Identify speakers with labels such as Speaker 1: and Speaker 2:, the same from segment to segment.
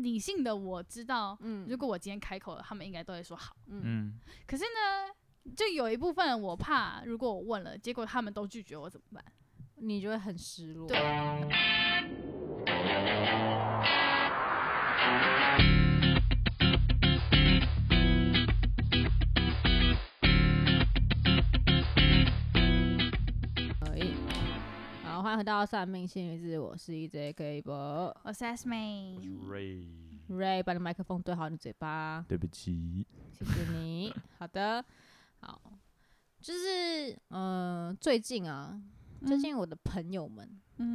Speaker 1: 理性的我知道，如果我今天开口了，他们应该都会说好。可是呢，就有一部分我怕，如果我问了，结果他们都拒绝我怎么办？
Speaker 2: 你就会很失落。
Speaker 1: 对。
Speaker 2: 好，欢迎回到算命幸运日，我是 EJ 波，
Speaker 1: 我是 S 妹，
Speaker 3: 我是
Speaker 2: Ray，把你麦克风对好你嘴巴。
Speaker 3: 对不起，
Speaker 2: 谢谢你。好的，好，就是最近我的朋友们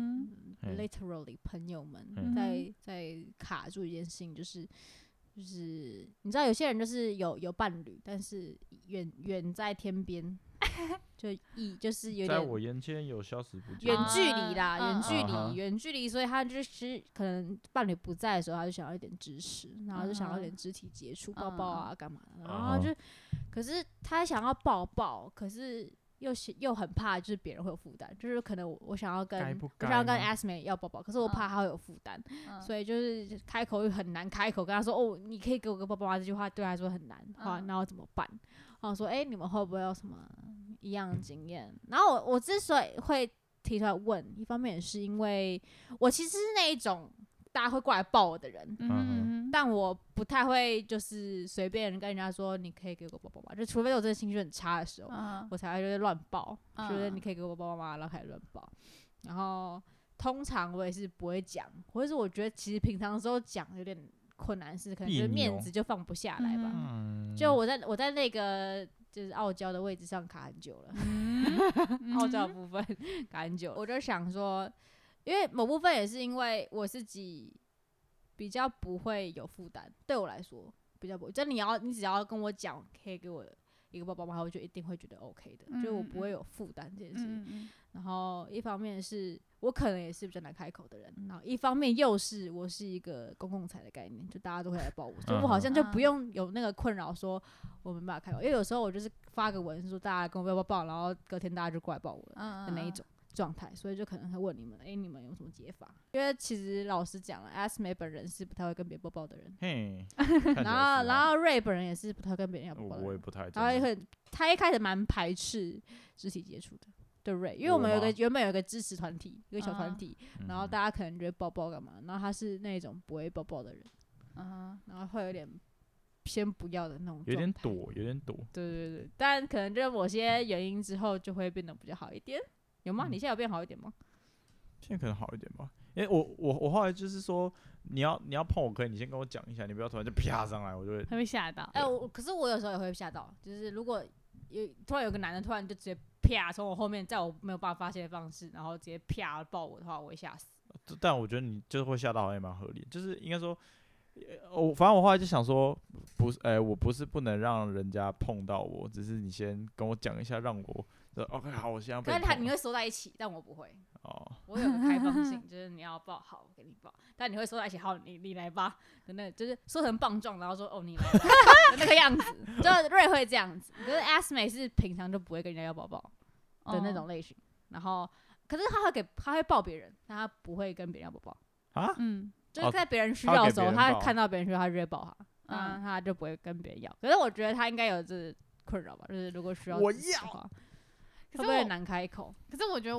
Speaker 2: ，literally 朋友们在卡住一件事情，就是你知道有些人就是有伴侣，但是远在天边。就是有点
Speaker 3: 在我眼前有消失不见，
Speaker 2: 远距离啦，远距离，所以他就是可能伴侣不在的时候，他就想要一点支持，然后就想要一点肢体接触，抱抱啊，干嘛的，然后可是他想要抱抱，可是又很怕，就是别人会有负担，就是可能我想要跟 Asmay 要抱抱，可是我怕他会有负担，所以就是开口又很难开口跟他说，哦，你可以给我个抱抱吗？这句话对他来说很难，那我怎么办？然后说，你们会不会有什么一样的经验？然后我之所以会提出来问，一方面也是因为我其实是那一种大家会过来抱我的人，但我不太会就是随便跟人家说你可以给我抱抱吗？就除非我真的情绪很差的时候，我才会就是乱抱，觉得你可以给我抱抱吗？然后开始乱抱。然后通常我也是不会讲，或者是我觉得其实平常的时候讲有点困难，是可能就是面子就放不下来吧。就我在那个就是傲娇的位置上卡很久了，傲娇的部分卡很久了，我就想说，因为某部分也是因为我自己比较不会有负担，对我来说比较不会，就你只要跟我讲可以给我一个抱抱吗？我就一定会觉得 OK 的，就我不会有负担这件事情。然后一方面是我可能也是比较难开口的人，然后一方面又是我是一个公共财的概念，就大家都会来抱我，所以我好像就不用有那个困扰说我没办法开口，因为有时候我就是发个文说大家跟我抱，然后隔天大家就过来抱我了的那一种状态，所以就可能会问你们，你们有什么解法？因为其实老实讲了 ，Asmay 本人是不太会跟别人抱抱的人，然后 Ray 本人也是不太会跟别人要抱抱的人，
Speaker 3: 我也不太，
Speaker 2: 然后他一开始蛮排斥肢体接触的。对 Ray， 因为我们原本有一个支持团体，一个小团体，然后大家可能觉得抱抱干嘛，然后他是那种不会抱抱的人，然后会有点先不要的那种状态，
Speaker 3: 有点躲。
Speaker 2: 对，但可能就是某些原因之后就会变得比较好一点，有吗？你现在有变好一点吗？
Speaker 3: 现在可能好一点吧，因为我后来就是说，你要碰我可以，你先跟我讲一下，你不要突然就啪上来，我就会
Speaker 1: 吓到。
Speaker 2: 可是我有时候也会吓到，就是如果突然有个男的突然就直接啪从我后面，在我没有办法发现的方式，然后直接啪抱我的话，我会吓死。
Speaker 3: 但我觉得你就是会吓到，好像也蛮合理，就是应该说，反正我后来就想说，我不是不能让人家碰到我，只是你先跟我讲一下，让我OK 好，我现在被碰。
Speaker 2: 可是你会缩在一起，但我不会。我有个开放性，就是你要抱好，我给你抱，但你会缩在一起，好，你来吧的那，就是缩成棒状，然后说你来吧的那个样子，就瑞会这样子。可是 Asmay 是平常就不会跟人家要抱抱的那种类型，然后可是他会抱别人，但他不会跟别人要抱抱啊。就是在别人需要的时候，他看到别人需要，他就会抱他，他就不会跟别人要。可是我觉得他应该有这困扰吧，就是如果需要支持的话，会不会难开口？
Speaker 1: 可是我觉得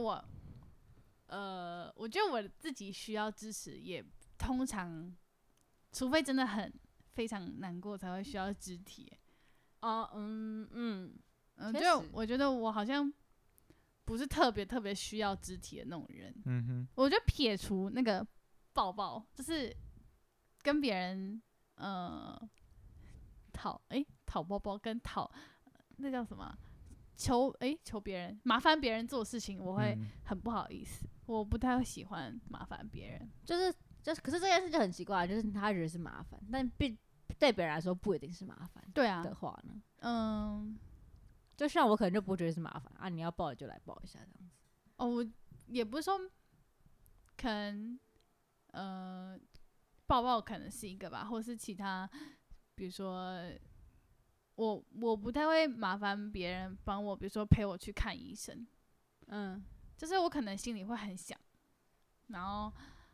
Speaker 1: 我觉得我自己需要支持，也通常，除非真的非常难过，才会需要肢体。就我觉得我好像不是特别需要肢体的那种人。我觉得撇除那个抱抱，就是跟别人讨抱抱跟讨那叫什么？求别人麻烦别人做事情，我会很不好意思，我不太喜欢麻烦别人。
Speaker 2: 可是这件事就很奇怪，就是他觉得是麻烦，但对别人来说不一定是麻烦。
Speaker 1: 对啊
Speaker 2: 的话呢，就像我可能就不会觉得是麻烦啊，你要抱就来抱一下这样子。
Speaker 1: 我也不是说，可能抱抱可能是一个吧，或是其他，比如说。我不太会麻烦别人帮我，比如说陪我去看医生，就是我可能心里会很想，然后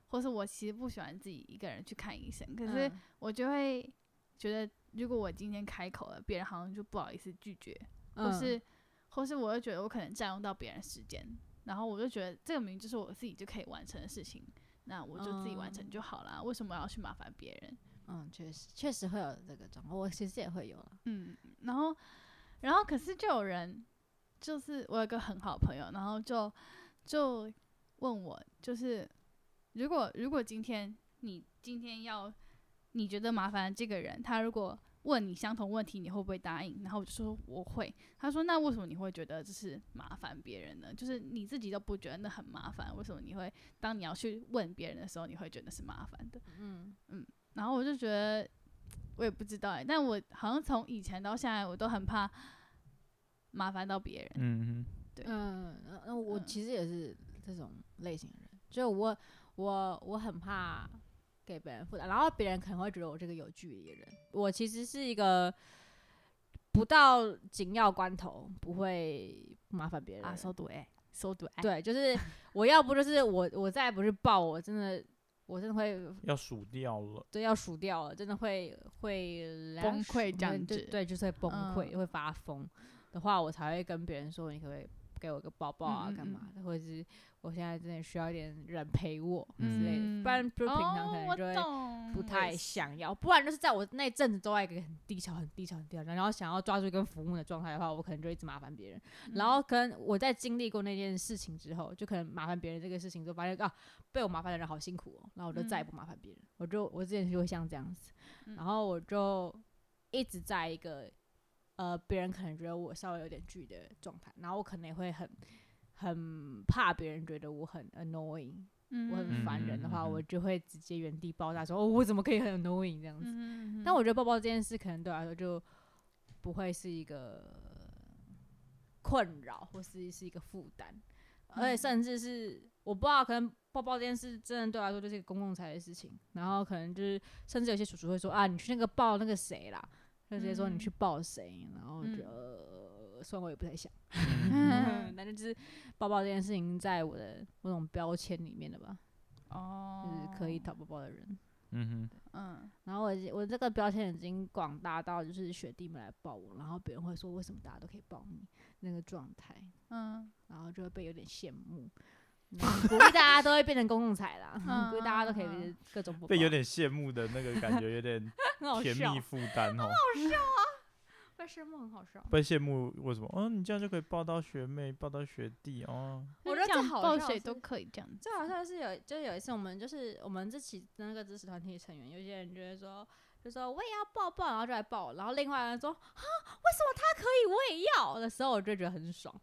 Speaker 1: 或是我其实不喜欢自己一个人去看医生，可是我就会觉得，如果我今天开口了，别人好像就不好意思拒绝，或是我就觉得我可能占用到别人时间，然后我就觉得这个明明就是我自己就可以完成的事情，那我就自己完成就好啦，为什么要去麻烦别人？
Speaker 2: 确实会有这个状况，我其实也会有啦。
Speaker 1: 然后可是就有人，就是我有个很好的朋友，然后就问我，就是如果今天你觉得麻烦这个人，他如果问你相同问题，你会不会答应？然后我就说我会。他说那为什么你会觉得这是麻烦别人呢？就是你自己都不觉得那很麻烦，为什么你会当你要去问别人的时候，你会觉得是麻烦的？然后我就觉得我也不知道但我好像从以前到现在，我都很怕麻烦到别人。对。
Speaker 2: 我其实也是这种类型的人，就我很怕给别人负担，然后别人可能会觉得我这个有距离的人。我其实是一个不到紧要关头不会麻烦别人的人。
Speaker 1: so do I。
Speaker 2: 对，就是我要不就是我再不是爆，我真的会
Speaker 3: 要数掉了。
Speaker 2: 对，要数掉了，真的会
Speaker 1: 崩溃这样子。
Speaker 2: 对，就是会崩溃，会发疯的话，我才会跟别人说，你可不可以给我个抱抱啊，干嘛的，或者是我现在真的需要一点人陪我之类的，不然就平常可能就会不太想要，不然就是在我那阵子都在一个很低潮、然后想要抓住一根浮木的状态的话，我可能就一直麻烦别人。然后可能我在经历过那件事情之后，就可能麻烦别人这个事情之后，发现被我麻烦的人好辛苦然后我就再也不麻烦别人。我之前就会像这样子，然后我就一直在一个别人可能觉得我稍微有点距离的状态，然后我可能也会很怕别人觉得我很 annoying，我很烦人的话，我就会直接原地爆炸说，我怎么可以很 annoying 这样子。但我觉得抱抱这件事可能对我来说就不会是一个困扰，或是一个负担，而且甚至是我不知道，可能抱抱这件事真的对我来说就是一个公共财的事情，然后可能就是甚至有些叔叔会说你去那个抱那个谁啦，就直接说你去抱谁，然后就虽然我也不太想，但就是抱抱这件事情在我的某种标签里面的吧，就是可以讨抱抱的人。然后我这个标签已经广大到就是学弟们来抱我，然后别人会说为什么大家都可以抱你那个状态，然后就会被有点羡慕。鼓励大家都会变成公共财啦，鼓励大家都可以各种抱抱。
Speaker 3: 被有点羡慕的那个感觉，有点甜蜜负担
Speaker 2: 很好笑啊！被羡慕很好笑。
Speaker 3: 被羡慕为什么？你这样就可以抱到学妹，抱到学弟哦。
Speaker 2: 我觉得最好
Speaker 1: 抱谁都可以这样子。
Speaker 2: 最好笑的是有一次我们这期那个支持团体成员，有些人就会说。就说我也要抱抱，然后就来抱，然后另外一个人说为什么他可以我也要的时候，我就觉得很爽。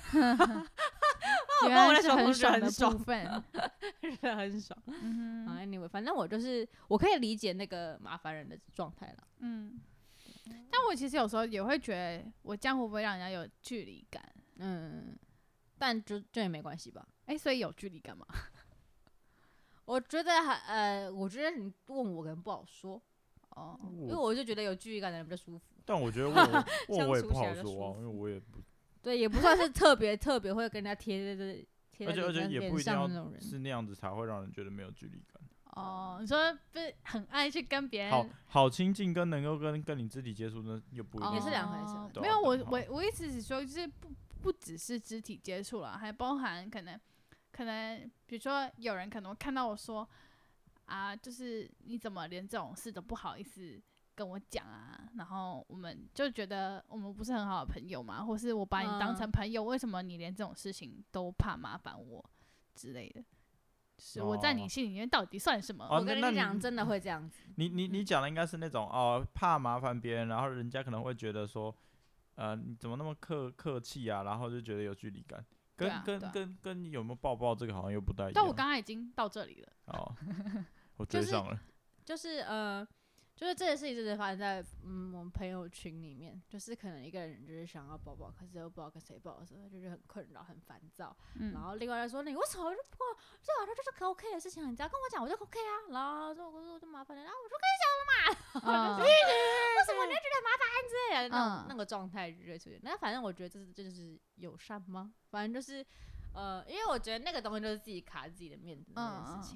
Speaker 1: 原来是很爽的部分，
Speaker 2: 觉得很爽。anyway， 反正我可以理解那个麻烦人的状态了。
Speaker 1: 但我其实有时候也会觉得，我这样会不会让人家有距离感？
Speaker 2: 但就也没关系吧。
Speaker 1: 所以有距离感吗？
Speaker 2: 我觉得我觉得你问我可能不好说。因为我就觉得有距离感的人比较舒服。
Speaker 3: 但我觉得问我也不好说因为我也不
Speaker 2: 对，也不算是特别会跟人家贴在
Speaker 3: 而且也不一定要
Speaker 2: 是
Speaker 3: 那样子才会让人觉得没有距离感。
Speaker 1: 你说不是很爱去跟别人
Speaker 3: 好亲近，跟能够跟你肢体接触，那又不一定，
Speaker 2: 也是两回事。
Speaker 1: 没有，我意思是说，就是不只是肢体接触了，还包含可能，比如说有人可能看到我说。就是你怎么连这种事都不好意思跟我讲然后我们就觉得我们不是很好的朋友嘛，或是我把你当成朋友，为什么你连这种事情都怕麻烦我之类的？就是我在你心里面到底算什么？
Speaker 2: 我跟你讲，真的会这样子。
Speaker 3: 你讲的应该是那种怕麻烦别人，然后人家可能会觉得说，你怎么那么客气然后就觉得有距离感。跟有没有抱抱这个好像又不太一样。
Speaker 1: 但我刚刚已经到这里了。
Speaker 3: 我追上了。
Speaker 2: 就是这件事情真的发生在我们朋友群里面，就是可能一个人就是想要抱抱，可是又不知道跟谁抱的时候，就是很困扰、很烦躁。然后另外人说你为什么就不这好像就是可 OK 的事情，你只要跟我讲我就 OK 然后说我就麻烦了，然后我就跟你讲了嘛，为什么你就觉得麻烦之类的那个状态就会出现。那反正我觉得这就是友善吗？反正就是因为我觉得那个东西就是自己卡自己的面子那件事情。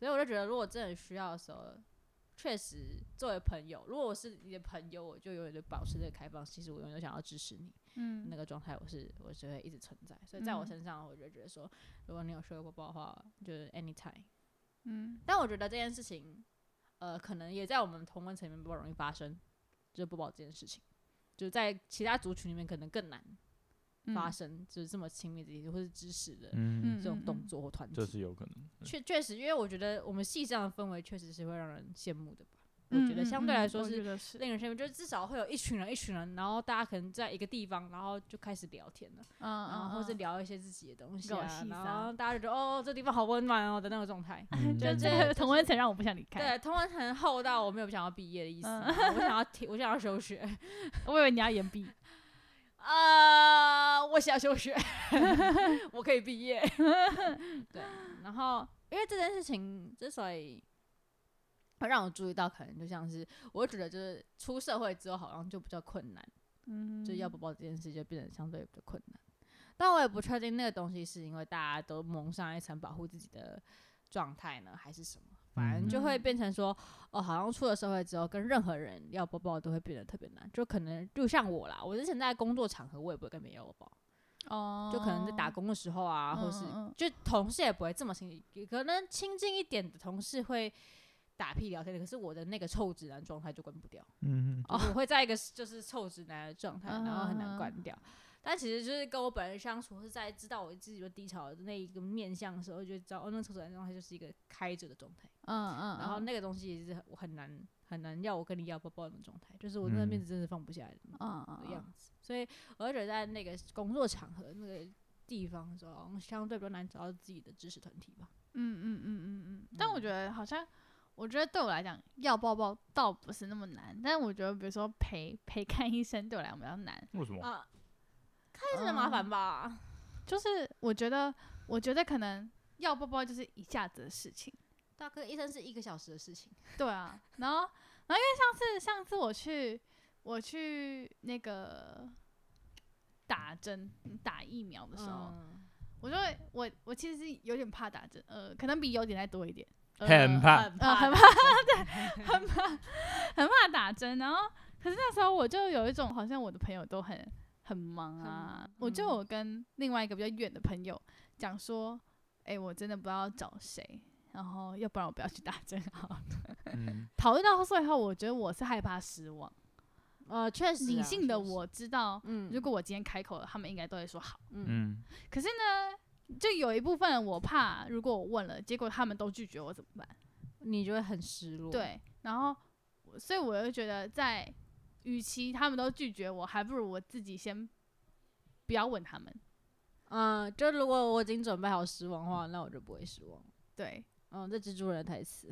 Speaker 2: 所以我就觉得，如果真的需要的时候，确实作为朋友，如果我是你的朋友，我就永远都保持这个开放，其实我永远都想要支持你。那个状态我是会一直存在，所以在我身上，我就觉得说，如果你有睡过包的话，就是 anytime。但我觉得这件事情，可能也在我们同温层里面比较容易发生，就是抱抱这件事情，就在其他族群里面可能更难发生，就是这么亲密的或是支持的这种动作或团体，
Speaker 3: 这是有可能。
Speaker 2: 确实，因为我觉得我们系上的氛围确实是会让人羡慕的吧。我觉得相对来说是令人羡慕，就是至少会有一群人，然后大家可能在一个地方，然后就开始聊天了，然后或是聊一些自己的东西啊，然后大家就觉得哦，这地方好温暖哦的那个状态。
Speaker 1: 就这个同温层让我不想离开。
Speaker 2: 对，同温层厚到我没有想要毕业的意思，我想要休学。
Speaker 1: 我以为你要延毕。
Speaker 2: 我想休学，我可以毕业。对，然后因为这件事情之所以会让我注意到，可能就像是我觉得就是出社会之后好像就比较困难，就要抱抱这件事就变得相对比较困难。但我也不确定那个东西是因为大家都蒙上一层保护自己的状态呢，还是什么。反正就会变成说，好像出了社会之后，跟任何人要抱抱都会变得特别难。就可能就像我啦，我之前在工作场合，我也不会跟别人要抱抱。就可能在打工的时候啊，或是就同事也不会这么亲近，可能亲近一点的同事会打屁聊天的，可是我的那个臭直男状态就关不掉。我会在一个就是臭直男的状态，然后很难关掉。但其实就是跟我本人相处，是在知道我自己的低潮的那一个面向的时候，就知道那个臭直男状态就是一个开着的状态。然后那个东西也是我很难要我跟你要抱抱的状态，就是我那个面子真的放不下来的样子。所以我就觉得在那个工作场合那个地方的时候，相对比较难找到自己的支持团体吧。
Speaker 1: 但我觉得好像，我觉得对我来讲，要抱抱倒不是那么难，但我觉得比如说陪看医生对我来讲比较难。
Speaker 3: 为什么？
Speaker 2: 看医生的麻烦吧，
Speaker 1: 就是我觉得可能要抱抱就是一下子的事情。
Speaker 2: 大哥，医生是1个小时的事情。
Speaker 1: 对啊，然后因为上次我去那个打疫苗的时候，我其实是有点怕打针，可能比有点再多一点。
Speaker 3: 很怕，
Speaker 1: 对，很怕打针。然后，可是那时候我就有一种好像我的朋友都很忙啊，我就有跟另外一个比较远的朋友讲说，我真的不知道找谁，然后要不然我不要去打针好了。讨论到最后，我觉得我是害怕失望。
Speaker 2: 确实，
Speaker 1: 理性的我知道，如果我今天开口了，他们应该都会说好。可是呢，就有一部分我怕，如果我问了，结果他们都拒绝我怎么办？
Speaker 2: 你就会很失落。
Speaker 1: 对，然后所以我就觉得与其他们都拒绝我，还不如我自己先不要问他们。
Speaker 2: 就如果我已经准备好失望的话，那我就不会失望。
Speaker 1: 对，
Speaker 2: 这蜘蛛人的台词。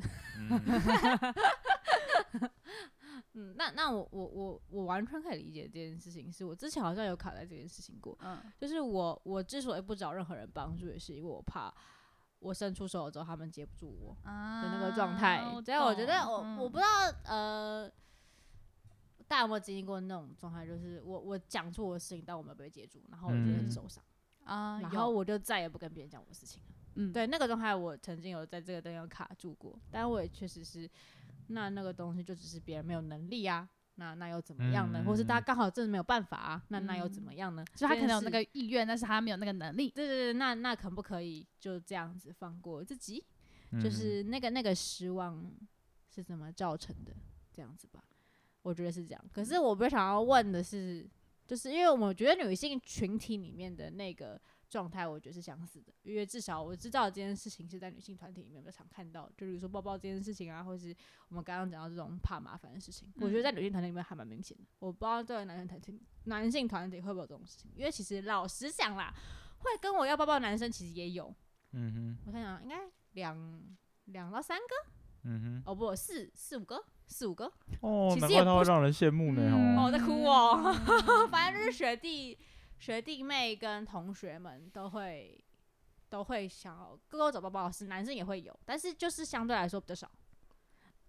Speaker 2: 那我完全可以理解这件事情，是我之前好像有卡在这件事情过。就是我之所以不找任何人帮助，也是因为我怕我伸出手之后他们接不住我的那个状态。所以我觉得我不知道大家有没有经历过那种状态，就是我讲出我的事情，但我没有被接住，然后我就很受伤然后我就再也不跟别人讲我的事情了。对，那个状态我曾经有在这个地方卡住过，但我也确实是，那个东西就只是别人没有能力啊，那又怎么样呢？或是大家刚好真的没有办法啊，那又怎么样呢？
Speaker 1: 就他可能有那个意愿，但是他没有那个能力。
Speaker 2: 对，那可不可以就这样子放过自己？就是那个失望是怎么造成的？这样子吧，我觉得是这样。可是我比较想要问的是，就是因为我觉得女性群体里面的那个状态，我觉得是相似的，因为至少我知道这件事情是在女性团体里面比较常看到，就比如说抱抱这件事情啊，或是我们刚刚讲到这种怕麻烦的事情，我觉得在女性团体里面还蛮明显的。我不知道对男性团体会不会有这种事情，因为其实老实讲啦，会跟我要抱抱的男生其实也有。我想想，应该2到3个。不，4-5个，4-5个。
Speaker 3: 难怪他会让人羡慕呢。
Speaker 2: 我在哭哦。反正就是学弟妹跟同学们都会想要跟我找抱抱，是男生也会有，但是就是相对来说比较少。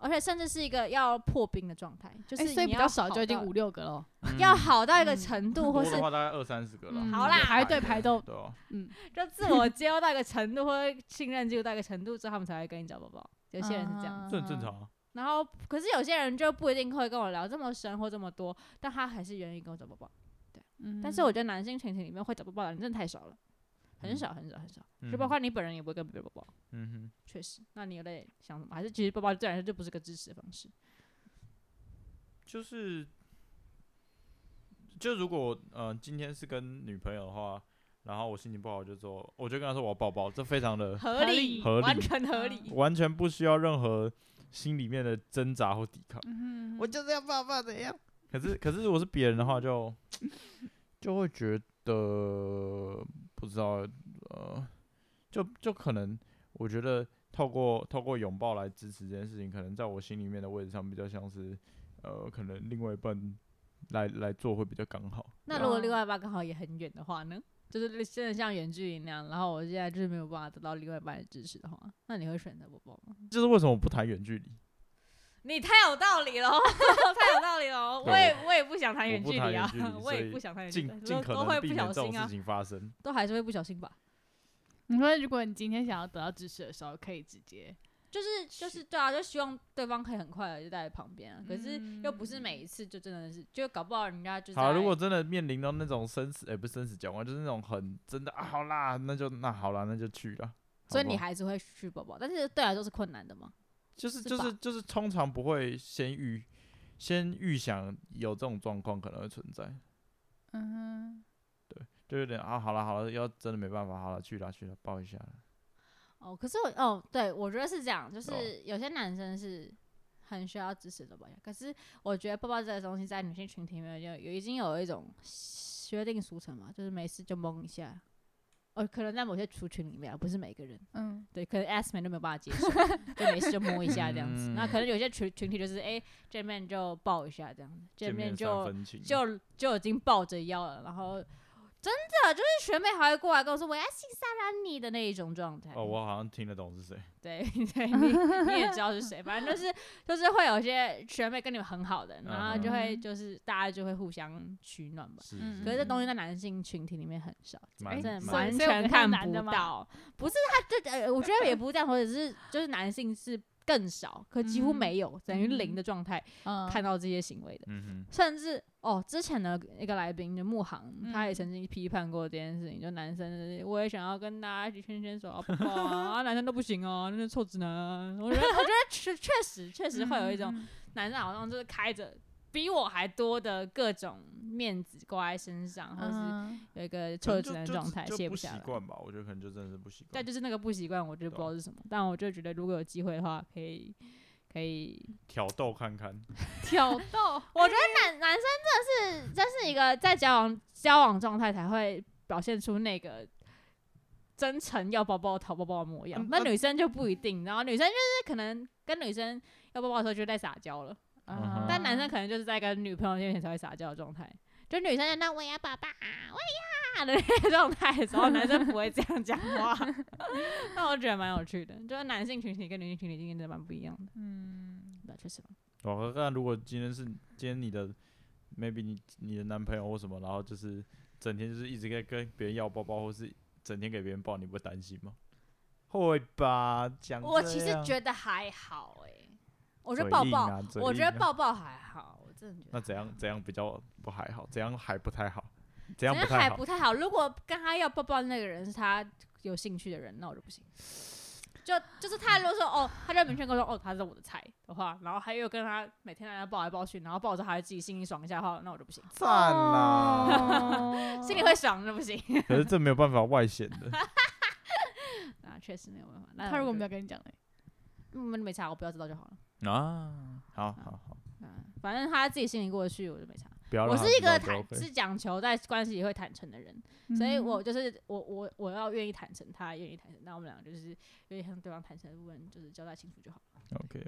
Speaker 2: 而且甚至是一个要破冰的状态，就是
Speaker 1: 所以比较少就已经5、6个了，
Speaker 2: 要好到一个程度，或是
Speaker 3: 多的话大概20-30个了。
Speaker 2: 好啦，
Speaker 1: 排队排都，
Speaker 3: 对啊，
Speaker 2: 就自我接受到一个程度，或者信任进入到一个程度之后，他们才会跟你找宝宝。有些人是这样，
Speaker 3: 这很正常啊。
Speaker 2: 然后可是有些人就不一定会跟我聊这么深或这么多，但他还是愿意跟我找宝宝。对，但是我觉得男性群体里面会找宝宝的人真的太少了。很少，就包括你本人也不会跟别人抱抱。确实。那你有在想什么？还是其实抱抱对来说就不是个支持的方式？
Speaker 3: 就如果今天是跟女朋友的话，然后我心情不好，我就跟她说我要抱抱，这非常的
Speaker 2: 合理，完全合理，
Speaker 3: 完全不需要任何心里面的挣扎或抵抗。我就是要抱抱怎样？可是如果是别人的话就会觉得不知道，就可能我觉得透过拥抱来支持这件事情，可能在我心里面的位置上比较像是可能另外一半来做会比较刚好。
Speaker 2: 那如果另外一半刚好也很远的话呢？就是真的像远距离那样，然后我现在就是没有办法得到另外一半的支持的话，那你会选择抱抱吗？
Speaker 3: 就是为什么我不谈远距离？
Speaker 2: 你太有道理了，太有道理了。我也不想谈远距离啊，我也不想谈远距离，
Speaker 3: 尽可能避免这种事情发生，
Speaker 2: 都还是会不小心吧。
Speaker 1: 你说，如果你今天想要得到支持的时候，可以直接
Speaker 2: 就是对啊，就希望对方可以很快的就在旁边啊。可是又不是每一次就真的是，就搞不好人家就是。
Speaker 3: 好，如果真的面临到那种不是生死交关，就是那种很真的啊，好啦，那好啦，那就去了。
Speaker 2: 所以你还是会去抱抱，但是对来说是困难的吗？
Speaker 3: 就是通常不会先预想有这种状况可能会存在。对，就有点啊，好了，要真的没办法，好了，去了，抱一下了。
Speaker 2: 可是对，我觉得是这样，就是有些男生是很需要支持的抱抱，可是我觉得抱抱这个东西在女性群体里面已经有一种约定俗成嘛，就是没事就摸一下。可能在某些族群里面，不是每个人，对，可能 S 们都没有办法接受，就没事就摸一下这样子。那可能有些群体就是，见面就抱一下这样子，见面就已经抱着腰了，然后真的就是学妹还会过来跟我说我要性骚扰你的那一种状态。
Speaker 3: 我好像听得懂是谁。
Speaker 2: 对，你也知道是谁，反正就是会有些学妹跟你们很好的，然后就会就是大家就会互相取暖吧。可是这东西在男性群体里面很少，真的完全看不到。不是他就我觉得也不是这样说，只是就是男性是更少，可几乎没有，等于零的状态看到这些行为的。甚至之前的一个来宾就木航，他也曾经批判过这件事情，就男生我也想要跟大家一起牵手啊，抱抱啊，男生都不行哦，那是臭直男啊。我觉得确实会有一种男生好像就是开着比我还多的各种面子挂在身上，或是有一个臭直男状态卸不下来。
Speaker 3: 不习惯吧？我觉得可能就真的是不习惯。
Speaker 2: 但就是那个不习惯，我就不知道是什么。但我就觉得如果有机会的话，可以
Speaker 3: 挑逗看看。
Speaker 1: 挑逗，
Speaker 2: 我觉得男生真是一个在交往状态才会表现出那个真诚要抱抱讨抱抱的模样。那女生就不一定，然后女生就是可能跟女生要抱抱的时候就在撒娇了。但男生可能就是在跟女朋友面前才会撒娇的状态，就女生就那我要爸爸，我要的那个状态的时候，男生不会这样讲话。那我觉得蛮有趣的，就是男性群体跟女性群体今天真的蛮不一样的。那确实吧。
Speaker 3: 那如果今天你的 maybe 你的男朋友或什么，然后就是整天就是一直在跟别人要抱抱，或是整天给别人抱，你不会担心吗？会吧，
Speaker 2: 我其实觉得还好我觉得抱抱，我觉得抱抱还好，我真的觉得。
Speaker 3: 那怎样比较不还好？怎样还不太好？
Speaker 2: 怎样还不太好？如果跟他要抱抱的那个人是他有兴趣的人，那我就不行。就是他如果说他就明确跟我说他是我的菜的话，然后还有跟他每天让他抱来抱去，然后抱着他自己心里爽一下的话，那我就不行。
Speaker 3: 赞啦！
Speaker 2: 心里会爽就不行。
Speaker 3: 可是这没有办法外显的。
Speaker 2: 那确实没有办法。那
Speaker 1: 他如果没有跟你讲
Speaker 2: 没差，我不要知道就好了。
Speaker 3: 好，
Speaker 2: 反正他自己心里过得去，我就没差。
Speaker 3: 我
Speaker 2: 是一个是讲求在关系里会坦诚的人，所以我就是我要愿意坦诚，他愿意坦诚，那我们两个就是愿意向对方坦诚的部分，就是交代清楚就好了。
Speaker 3: OK。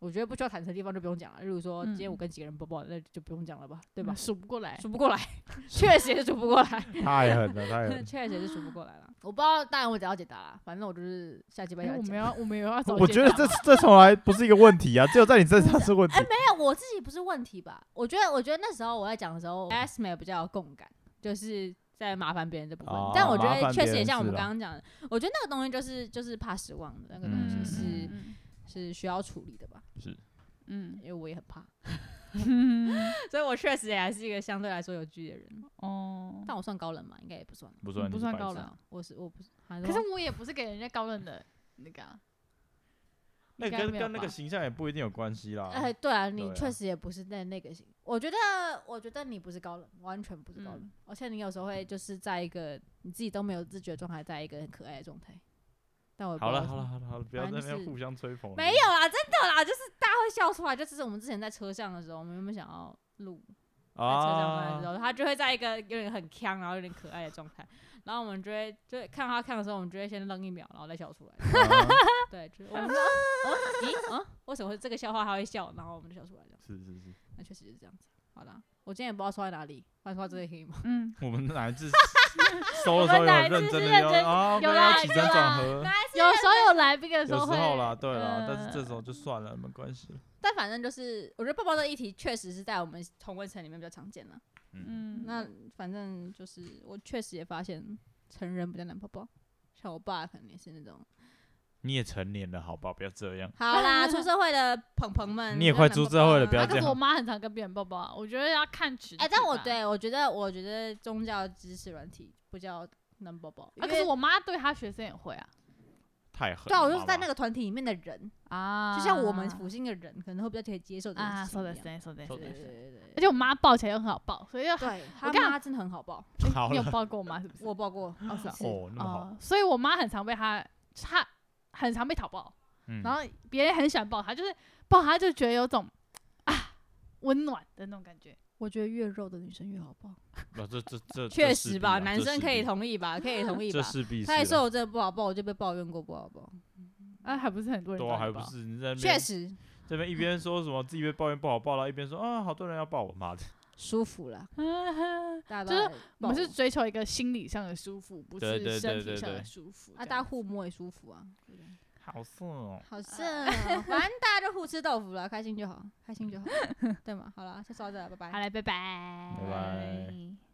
Speaker 2: 我觉得不需要坦诚的地方就不用讲了。例如说，今天我跟几个人抱抱，那就不用讲了吧，对吧？
Speaker 1: 数不过来，
Speaker 2: 数不过来，确实也是数不过来，
Speaker 3: 太狠了，太狠了。
Speaker 2: 确实也是数不过来了。我不知道，当然我只要解答啦，反正我就是下期班要讲。
Speaker 1: 我们有要找
Speaker 3: 我觉得这从来不是一个问题啊，只有在你身上是问题。
Speaker 2: 没有，我自己不是问题吧？我觉得那时候我在讲的时候 ，Esme 比较有共感，就是在麻烦别人这部分。但我觉得确实也像我们刚刚讲的，我觉得那个东西就是怕失望的那个东西是需要处理的吧？
Speaker 3: 是，
Speaker 2: 因为我也很怕。所以我确实也还是一个相对来说有距离的人哦，但我算高冷嘛？应该也不算，
Speaker 3: 不算
Speaker 1: 高冷。
Speaker 2: 我不是，
Speaker 1: 可是我也不是给人家高冷的那个。
Speaker 3: 那跟那个形象也不一定有关系啦。
Speaker 2: 对啊，你确实也不是那个型。我觉得你不是高冷，完全不是高冷，而且你有时候会就是在一个你自己都没有自觉的状态，在一个很可爱的状态。但我
Speaker 3: 好了，不要在那边互相吹捧。
Speaker 2: 没有啦，真的啦，就是大家会笑出来。就是我们之前在车上的时候，我们原本想要录在车上的时候，他就会在一个有点很呛，然后有点可爱的状态，然后我们就看他看的时候，我们就会先愣1秒，然后再笑出来。对，就是我们说，为什么这个笑话他会笑，然后我们就笑出来这样。
Speaker 3: 是，
Speaker 2: 那确实是这样子。好啦，我今天也不知道说在哪里，不然说这个可以吗？
Speaker 3: 我们哪一次收的时候有认真的要起承转合，
Speaker 1: 有时候有来宾的时候
Speaker 3: 有时候啦，对啦，但是这时候就算了，没关系。
Speaker 2: 但反正就是，我觉得抱抱这个议题确实是在我们同温层里面比较常见的。那反正就是我确实也发现成人比较难抱抱，像我爸可能也是那种。
Speaker 3: 你也成年了，好吧，不要这样。
Speaker 2: 好啦，出社会的朋朋们，
Speaker 3: 你也快出社会了，不要这样。
Speaker 1: 可是我妈很常跟别人抱抱啊，我觉得要看群体。
Speaker 2: 但我觉得宗教知识软体比较能抱抱。
Speaker 1: 可是我妈对她学生也会啊。
Speaker 3: 太狠了。
Speaker 2: 对啊，我就是在那个团体里面的人
Speaker 1: 啊，
Speaker 2: 就像我们辅星的人，可能会比较可以接受这个事情。
Speaker 1: 说的
Speaker 2: 对。
Speaker 1: 而且我妈抱起来又很好抱，所以
Speaker 2: 对，我妈真的很好抱。
Speaker 1: 你有抱过我妈是不是？
Speaker 2: 我抱过，
Speaker 3: 哦，那么好。
Speaker 1: 所以我妈很常被她很常被讨抱，然后别人很喜欢抱她，就是抱她就觉得有种温暖的那种感觉。
Speaker 2: 我觉得越肉的女生越好抱。
Speaker 3: 这
Speaker 2: 确实吧，男生可以同意吧？可以同意吧？
Speaker 3: 这是必须。
Speaker 2: 他还说我真的不好抱，我就被抱怨过不好抱。
Speaker 1: 还不是很多人抱。
Speaker 3: 还不是你在那边。
Speaker 2: 确实。
Speaker 3: 这边一边说什么自己被抱怨不好抱，然后一边说好多人要抱我，妈的。
Speaker 2: 舒服了，
Speaker 1: 就是我们是追求一个心理上的舒服，不是身体上的舒服。
Speaker 2: 大家互摸也舒服啊，对不对？
Speaker 3: 好色哦，
Speaker 2: 反正大家就互吃豆腐了，开心就好，对吗？好了，先说到这了，拜拜。
Speaker 1: 好嘞，拜拜。